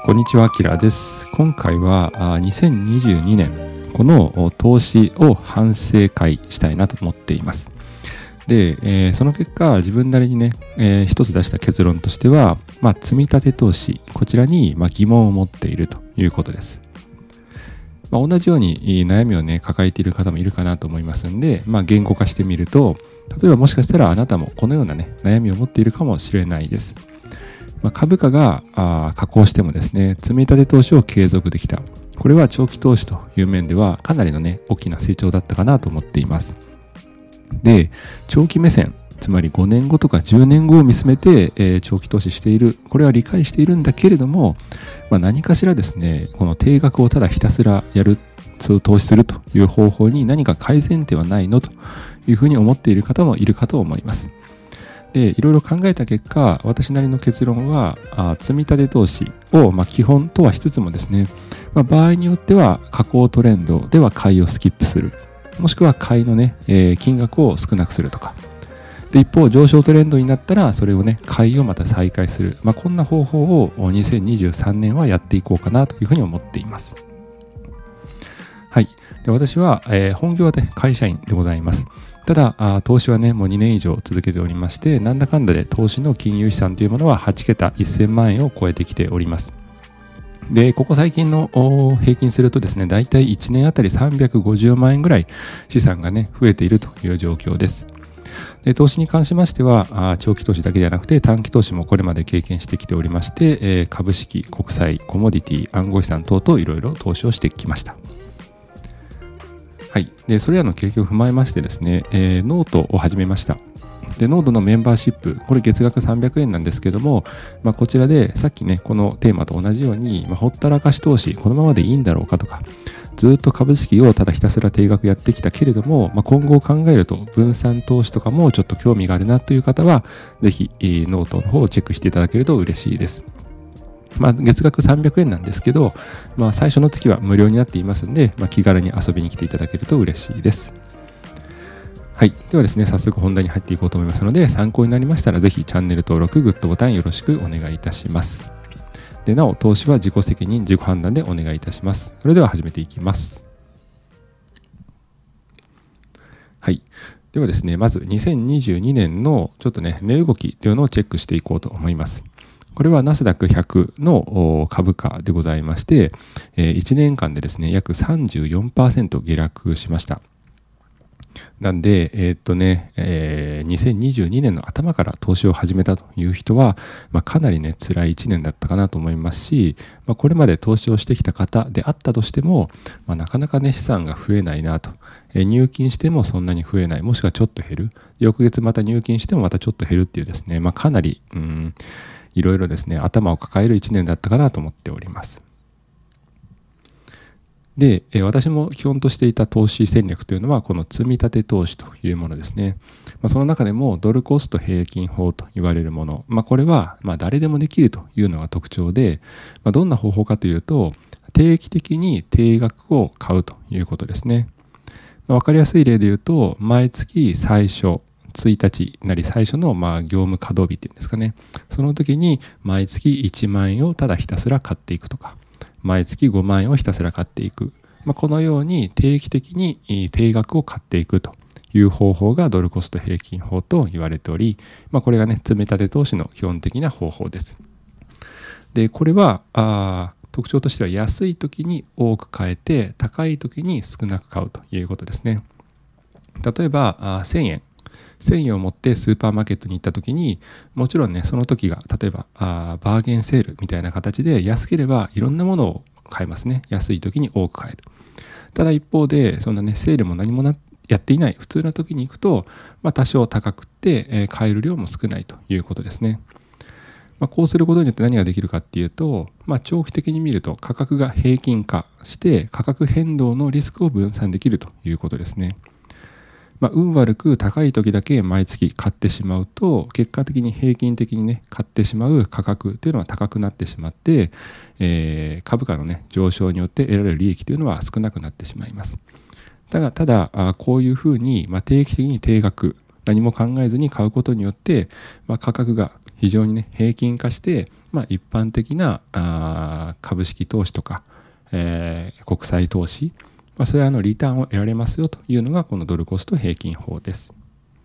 こんにちは、あきらです。今回は2022年この投資を反省会したいなと思っています。で、その結果自分なりにね、一つ出した結論としては、積み立て投資、こちらに疑問を持っているということです。同じように悩みをね抱えている方もいるかなと思いますんで、言語化してみると、例えばもしかしたらあなたもこのようなね悩みを持っているかもしれないです。株価が下降してもですね、積み立て投資を継続できた。これは長期投資という面ではかなりのね大きな成長だったかなと思っています。で、長期目線、つまり5年後とか10年後を見つめて、長期投資している、これは理解しているんだけれども、何かしらですね、この定額をただひたすらやる、投資するという方法に何か改善点はないのというふうに思っている方もいるかと思います。で、いろいろ考えた結果、私なりの結論は、積み立て投資を基本とはしつつもですね、場合によっては下降トレンドでは買いをスキップする、もしくは買いのね、金額を少なくするとか、で一方上昇トレンドになったらそれをね買いをまた再開する、こんな方法を2023年はやっていこうかなというふうに思っています。はい。で、私は、本業はね会社員でございます。ただ投資はねもう2年以上続けておりまして、なんだかんだで投資の金融資産というものは8桁1000万円を超えてきております。で、ここ最近の平均するとですね、だいたい1年あたり350万円ぐらい資産がね増えているという状況です。で、投資に関しましては長期投資だけではなくて短期投資もこれまで経験してきておりまして、株式、国債、コモディティ、暗号資産等々いろいろ投資をしてきました。はい。で、それらの経験を踏まえましてですね、ノートを始めました。で、ノートのメンバーシップ、これ月額300円なんですけども、こちらでさっきねこのテーマと同じように、ほったらかし投資このままでいいんだろうかとか、ずっと株式をただひたすら定額やってきたけれども、今後を考えると分散投資とかもちょっと興味があるなという方は、ぜひノートの方をチェックしていただけると嬉しいです。月額300円なんですけど、最初の月は無料になっていますので、気軽に遊びに来ていただけると嬉しいです。はい。ではですね、早速本題に入っていこうと思いますので、参考になりましたらぜひチャンネル登録、グッドボタンよろしくお願いいたします。で、なお、投資は自己責任、自己判断でお願いいたします。それでは始めていきます。はい。ではですね、まず2022年のちょっとね、値動きというのをチェックしていこうと思います。これはナスダック100の株価でございまして、1年間でですね、約 34% 下落しました。なんで、2022年の頭から投資を始めたという人は、かなりね、辛い1年だったかなと思いますし、これまで投資をしてきた方であったとしても、なかなかね、資産が増えないなと。入金してもそんなに増えない、もしくはちょっと減る。翌月また入金してもまたちょっと減るっていうですね、かなり、いろいろですね、頭を抱える1年だったかなと思っております。で、私も基本としていた投資戦略というのはこの積み立て投資というものですね。その中でもドルコスト平均法と言われるもの、これは誰でもできるというのが特徴で、どんな方法かというと、定期的に定額を買うということですね。わかりやすい例で言うと、毎月最初1日なり最初の業務稼働日っていうんですかね、その時に毎月1万円をただひたすら買っていくとか、毎月5万円をひたすら買っていく、このように定期的に定額を買っていくという方法がドルコスト平均法と言われており、これがね積み立て投資の基本的な方法です。で、これは特徴としては安い時に多く買えて高い時に少なく買うということですね。例えば1000円を持ってスーパーマーケットに行った時に、もちろんねその時が例えばバーゲンセールみたいな形で安ければいろんなものを買えますね。安い時に多く買える。ただ一方でそんなねセールも何もやっていない普通な時に行くと、多少高くて、買える量も少ないということですね。こうすることによって何ができるかっていうと、長期的に見ると価格が平均化して価格変動のリスクを分散できるということですね。運悪く高い時だけ毎月買ってしまうと、結果的に平均的にね買ってしまう価格というのは高くなってしまって、株価のね上昇によって得られる利益というのは少なくなってしまいます。ただこういうふうに定期的に定額、何も考えずに買うことによって、価格が非常にね平均化して、一般的な株式投資とか、国債投資、それはリターンを得られますよというのがこのドルコスト平均法です。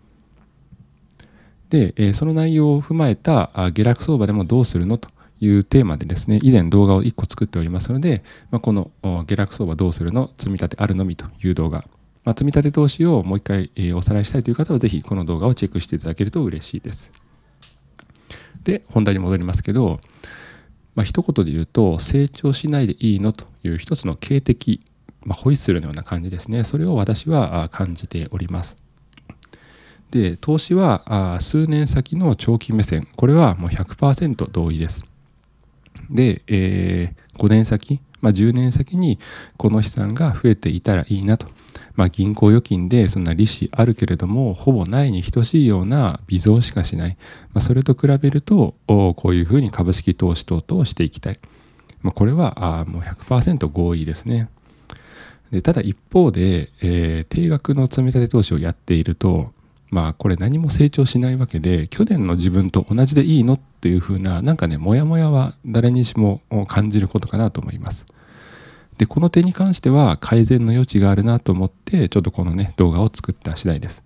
で、その内容を踏まえた下落相場でもどうするのというテーマでですね、以前動画を1個作っておりますので、この下落相場どうするの積み立てあるのみという動画、積み立て投資をもう一回おさらいしたいという方はぜひこの動画をチェックしていただけると嬉しいです。で、本題に戻りますけど、一言で言うと成長しないでいいのという一つの警笛、ホイッスルのような感じですね。それを私は感じております。で、投資は数年先の長期目線、これはもう 100% 同意です。で、5年先、10年先にこの資産が増えていたらいいなと。銀行預金でそんな利子あるけれどもほぼないに等しいような微増しかしない、それと比べるとこういうふうに株式投資等々をしていきたい、これはもう 100% 合意ですね。でただ一方で、定額の積み立て投資をやっているとこれ何も成長しないわけで、去年の自分と同じでいいのっていうふうなモヤモヤは誰にしも感じることかなと思います。でこの点に関しては改善の余地があるなと思ってちょっとこのね動画を作った次第です。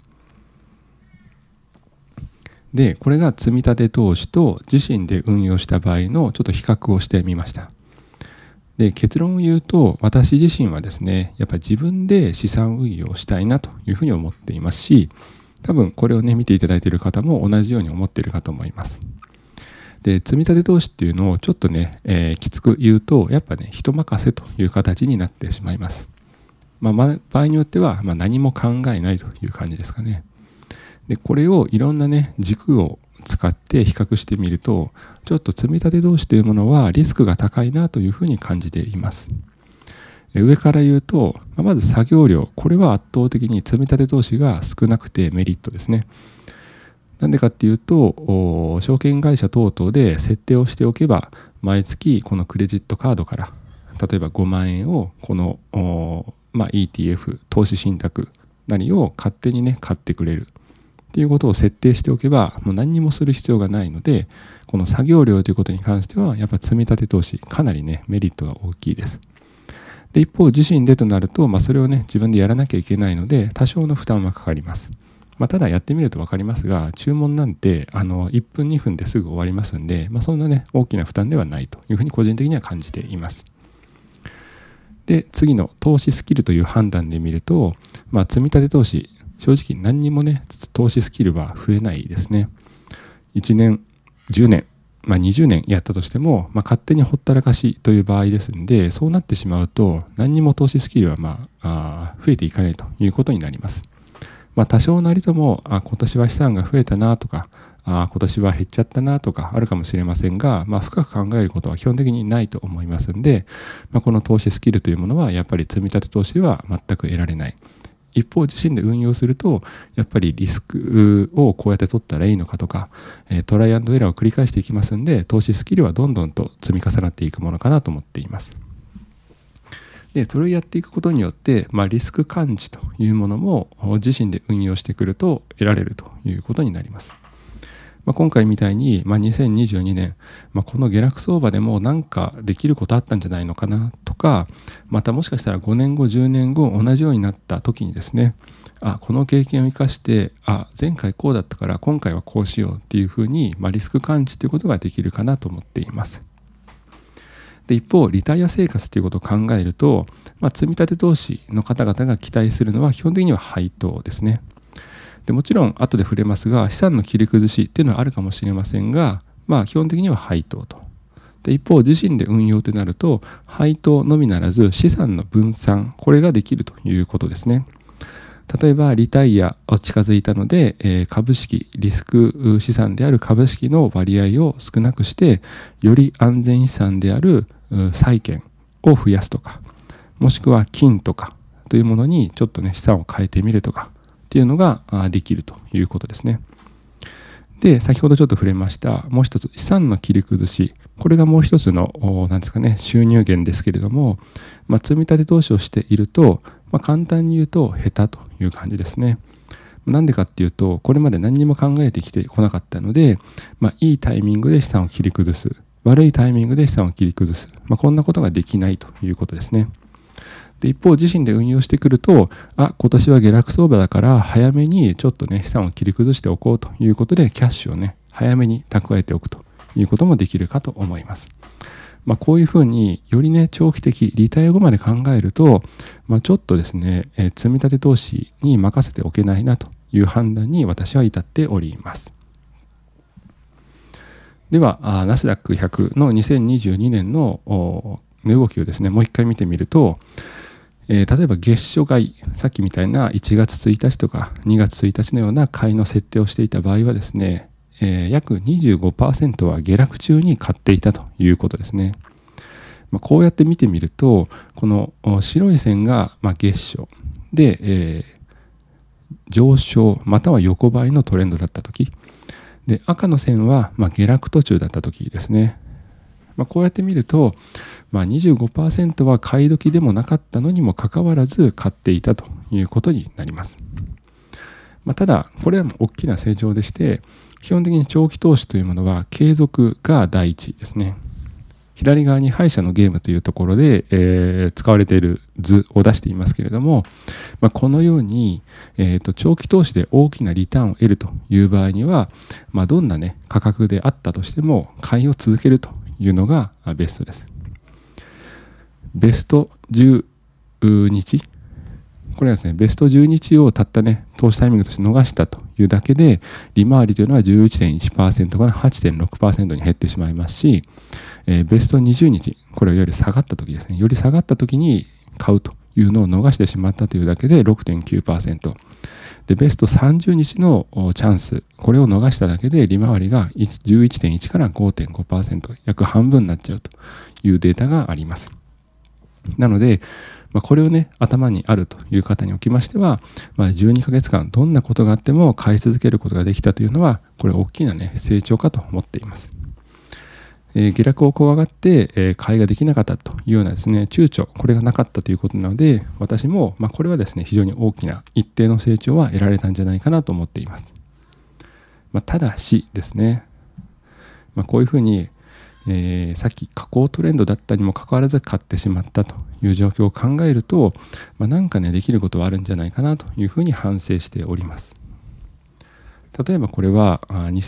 でこれが積み立て投資と自身で運用した場合のちょっと比較をしてみました。で結論を言うと私自身はですねやっぱり自分で資産運用したいなというふうに思っていますし、多分これをね見ていただいている方も同じように思っているかと思います。で積み立て投資っていうのをちょっとね、きつく言うとやっぱね人任せという形になってしまいます。場合によっては、何も考えないという感じですかね。でこれをいろんなね軸を使って比較してみるとちょっと積み立て投資というものはリスクが高いなというふうに感じています。上から言うとまず作業量、これは圧倒的に積み立て投資が少なくてメリットですね。なんでかっていうと証券会社等々で設定をしておけば毎月このクレジットカードから例えば5万円をこのETF 投資信託何を勝手にね買ってくれるっていうことを設定しておけばもう何にもする必要がないので、この作業量ということに関してはやっぱ積み立て投資かなりねメリットが大きいです。で一方自身でとなると、それをね自分でやらなきゃいけないので多少の負担はかかります。ただやってみると分かりますが、注文なんて1分2分ですぐ終わりますんで、そんなね大きな負担ではないというふうに個人的には感じています。で次の投資スキルという判断で見ると、積み立て投資正直何にもね投資スキルは増えないですね。1年10年20年やったとしても、勝手にほったらかしという場合ですので、そうなってしまうと何にも投資スキルは増えていかないということになります。多少なりとも今年は資産が増えたなとか今年は減っちゃったなとかあるかもしれませんが、深く考えることは基本的にないと思いますんで、この投資スキルというものはやっぱり積み立て投資では全く得られない。一方自身で運用するとやっぱりリスクをこうやって取ったらいいのかとかトライアンドエラーを繰り返していきますんで、投資スキルはどんどんと積み重なっていくものかなと思っています。でそれをやっていくことによって、リスク感知というものも自身で運用してくると得られるということになります。今回みたいに、2022年、この下落相場でも何かできることあったんじゃないのかなとか、またもしかしたら5年後10年後同じようになった時にですね、この経験を生かして前回こうだったから今回はこうしようっていうふうに、リスク感知ということができるかなと思っています。で一方リタイア生活ということを考えると、積み立て投資の方々が期待するのは基本的には配当ですね。でもちろん後で触れますが資産の切り崩しっていうのはあるかもしれませんが、基本的には配当と。で一方自身で運用となると配当のみならず資産の分散、これができるということですね。例えばリタイアを近づいたので、株式リスク資産である株式の割合を少なくしてより安全資産である債券を増やすとか、もしくは金とかというものにちょっとね資産を変えてみるとかっていうのができるということですね。で先ほどちょっと触れましたもう一つ資産の切り崩し、これがもう一つの何ですかね収入源ですけれども、積み立て投資をしていると、簡単に言うと下手という感じですね。 なんでかっていうと、これまで何にも考えてきてこなかったので、いいタイミングで資産を切り崩す、悪いタイミングで資産を切り崩す、こんなことができないということですね。で一方、自身で運用してくると、今年は下落相場だから早めにちょっとね資産を切り崩しておこうということで、キャッシュをね早めに蓄えておくということもできるかと思います。こういうふうによりね長期的、リタイア後まで考えると、ちょっとですね、積み立て投資に任せておけないなという判断に私は至っております。ではナスダック100の2022年の値動きをですねもう一回見てみると、例えば月初買い、さっきみたいな1月1日とか2月1日のような買いの設定をしていた場合はですね、約 25% は下落中に買っていたということですね。こうやって見てみると、この白い線が月初で、上昇または横ばいのトレンドだった時で、赤の線は下落途中だった時ですね。こうやって見ると、25% は買い時でもなかったのにもかかわらず買っていたということになります。ただこれは大きな成長でして、基本的に長期投資というものは継続が第一ですね。左側に敗者のゲームというところで、使われている図を出していますけれども、このように、長期投資で大きなリターンを得るという場合には、どんなね価格であったとしても買いを続けるというのがベストです。ベスト10日、これはですね、ベスト10日をたったね投資タイミングとして逃したというだけで、利回りというのは 11.1% から 8.6% に減ってしまいますし、ベスト20日、これはより下がった時ですね、より下がった時に買うというのを逃してしまったというだけで 6.9%。でベスト30日のチャンス、これを逃しただけで利回りが 11.1 から 5.5%、 約半分になっちゃうというデータがあります。なので、これをね頭にあるという方におきましては、12ヶ月間どんなことがあっても買い続けることができたというのは、これ大きなね成長かと思っています。下落を怖がって、買いができなかったというようなですね躊躇、これがなかったということなので、私も、これはですね非常に大きな一定の成長は得られたんじゃないかなと思っています。ただしですね、こういうふうに、さっき下降トレンドだったにもかかわらず買ってしまったという状況を考えると、なんかねできることはあるんじゃないかなというふうに反省しております。例えばこれは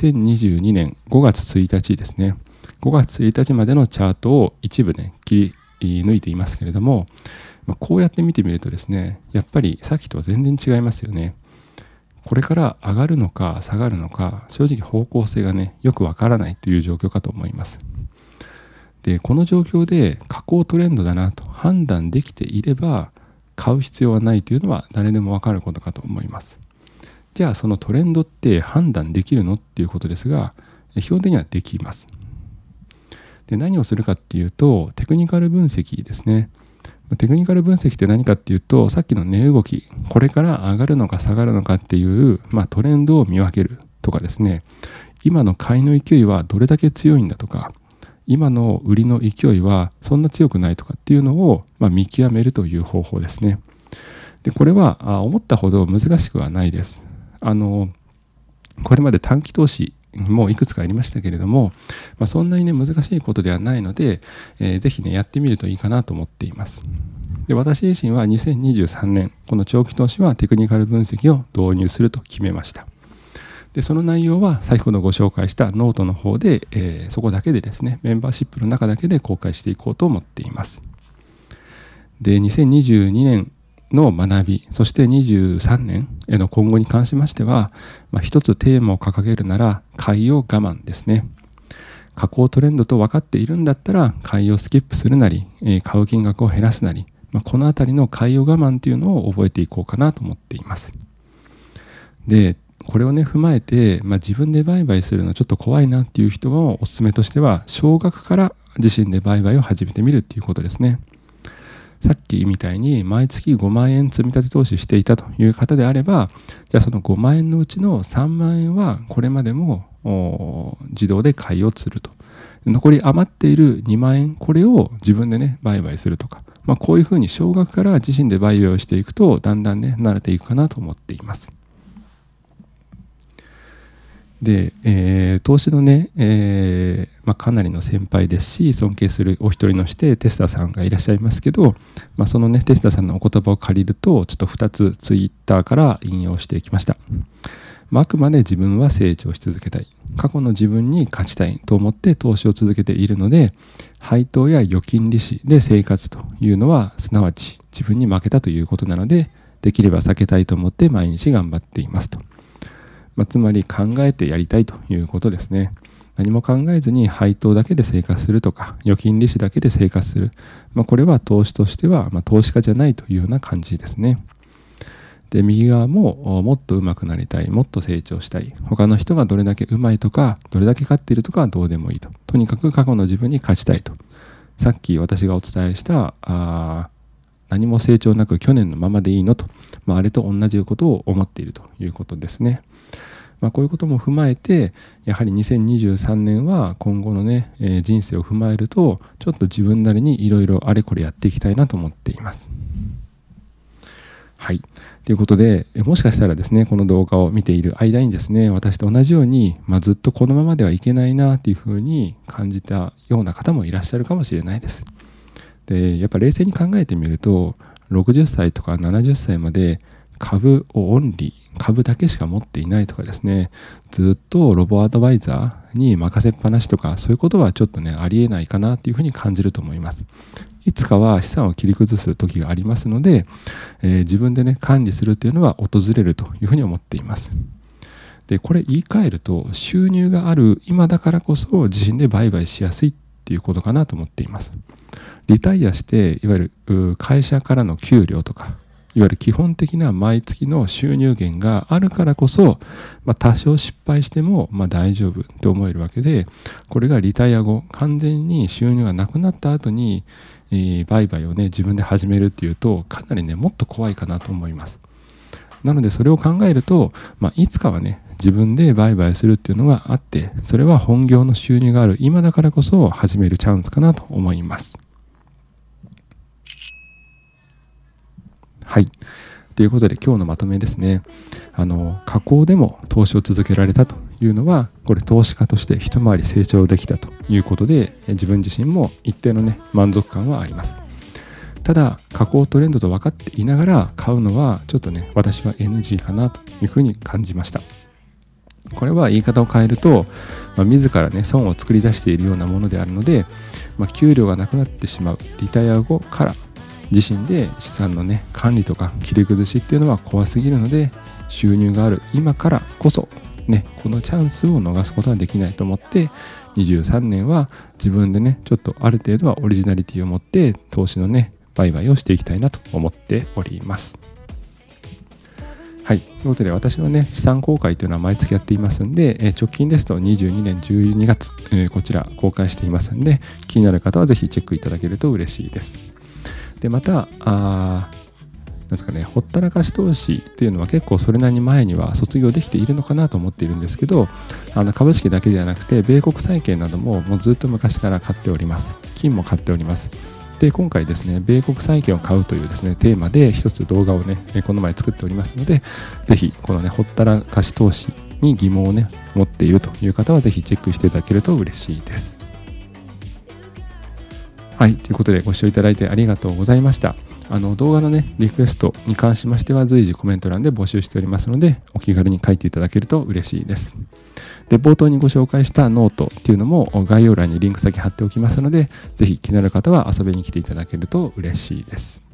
2022年5月1日ですね。5月1日までのチャートを一部ね切り抜いていますけれども、こうやって見てみるとですね、やっぱりさっきとは全然違いますよね。これから上がるのか下がるのか、正直方向性がねよくわからないという状況かと思います。でこの状況で下降トレンドだなと判断できていれば、買う必要はないというのは誰でもわかることかと思います。じゃあそのトレンドって判断できるのっていうことですが、基本的にはできます。で何をするかっていうと、テクニカル分析ですね。テクニカル分析って何かっていうと、さっきの値動き、これから上がるのか下がるのかっていう、トレンドを見分けるとかですね、今の買いの勢いはどれだけ強いんだとか、今の売りの勢いはそんな強くないとかっていうのを見極めるという方法ですね。でこれは思ったほど難しくはないです。これまで短期投資もいくつかありましたけれども、そんなにね難しいことではないので、ぜひねやってみるといいかなと思っています。で私自身は2023年この長期投資はテクニカル分析を導入すると決めました。でその内容は先ほどご紹介したノートの方で、そこだけでですねメンバーシップの中だけで公開していこうと思っています。で2022年の学び、そして23年への今後に関しましては、一つテーマを掲げるなら買いを我慢ですね。下降トレンドと分かっているんだったら買いをスキップするなり、買う金額を減らすなり、このあたりの買いを我慢というのを覚えていこうかなと思っています。でこれをね踏まえて、自分で売買するのちょっと怖いなっていう人のおすすめとしては、少額から自身で売買を始めてみるっていうことですね。さっきみたいに毎月5万円積み立て投資していたという方であれば、じゃあその5万円のうちの3万円はこれまでも自動で買いをすると。残り余っている2万円、これを自分でね売買するとか、こういうふうに少額から自身で売買をしていくとだんだんね慣れていくかなと思っています。 で、投資のね、かなりの先輩ですし、尊敬するお一人のしてテスタさんがいらっしゃいますけど、そのね、テスタさんのお言葉を借りると、ちょっと2つツイッターから引用していきました。あくまで自分は成長し続けたい。過去の自分に勝ちたいと思って投資を続けているので、配当や預金利子で生活というのは、すなわち自分に負けたということなので、できれば避けたいと思って毎日頑張っていますと。つまり考えてやりたいということですね。何も考えずに配当だけで生活するとか、預金利子だけで生活する。これは投資としては、投資家じゃないというような感じですね。で、右側ももっと上手くなりたい、もっと成長したい。他の人がどれだけ上手いとか、どれだけ勝っているとかはどうでもいいと。とにかく過去の自分に勝ちたいと。さっき私がお伝えした何も成長なく去年のままでいいのと、あれと同じことを思っているということですね。こういうことも踏まえて、やはり2023年は今後のね、人生を踏まえると、ちょっと自分なりにいろいろあれこれやっていきたいなと思っています。はい。ということで、もしかしたらですね、この動画を見ている間にですね、私と同じように、ずっとこのままではいけないなというふうに感じたような方もいらっしゃるかもしれないです。で、やっぱ冷静に考えてみると、60歳とか70歳まで株をオンリー、株だけしか持っていないとかですね、ずっとロボアドバイザーに任せっぱなしとか、そういうことはちょっとね、ありえないかなというふうに感じると思います。いつかは資産を切り崩す時がありますので、自分でね、管理するというのは訪れるというふうに思っています。で、これ言い換えると、収入がある今だからこそ自身で売買しやすいっていうことかなと思っています。リタイアして、いわゆる会社からの給料とか、いわゆる基本的な毎月の収入源があるからこそ、多少失敗しても大丈夫と思えるわけで、これがリタイア後、完全に収入がなくなった後に、売買をね、自分で始めるっていうと、かなりね、もっと怖いかなと思います。なので、それを考えると、いつかはね、自分で売買するっていうのがあって、それは本業の収入がある今だからこそ始めるチャンスかなと思います。はい。ということで今日のまとめですね。下降でも投資を続けられたというのは、これ投資家として一回り成長できたということで、自分自身も一定のね、満足感はあります。ただ、下降トレンドと分かっていながら買うのは、ちょっとね、私は NG かなというふうに感じました。これは言い方を変えると、自らね、損を作り出しているようなものであるので、給料がなくなってしまうリタイア後から自身で資産のね、管理とか切り崩しっていうのは怖すぎるので、収入がある今からこそね、このチャンスを逃すことはできないと思って、23年は自分でね、ちょっとある程度はオリジナリティを持って投資のね、売買をしていきたいなと思っております。はい。ということで、私のね、資産公開というのは毎月やっていますんで、直近ですと22年12月、こちら公開していますんで、気になる方はぜひチェックいただけると嬉しいです。で、また、なんですかね、ほったらかし投資というのは結構それなりに前には卒業できているのかなと思っているんですけど、株式だけではなくて、米国債券などももうずっと昔から買っております。金も買っております。で、今回ですね、米国債券を買うというですね、テーマで一つ動画をね、この前作っておりますので、ぜひこのね、ほったらかし投資に疑問をね、持っているという方はぜひチェックしていただけると嬉しいです。はい、ということでご視聴いただいてありがとうございました。動画のね、リクエストに関しましては随時コメント欄で募集しておりますので、お気軽に書いていただけると嬉しいです。で、冒頭にご紹介したノートっていうのも概要欄にリンク先貼っておきますので、ぜひ気になる方は遊びに来ていただけると嬉しいです。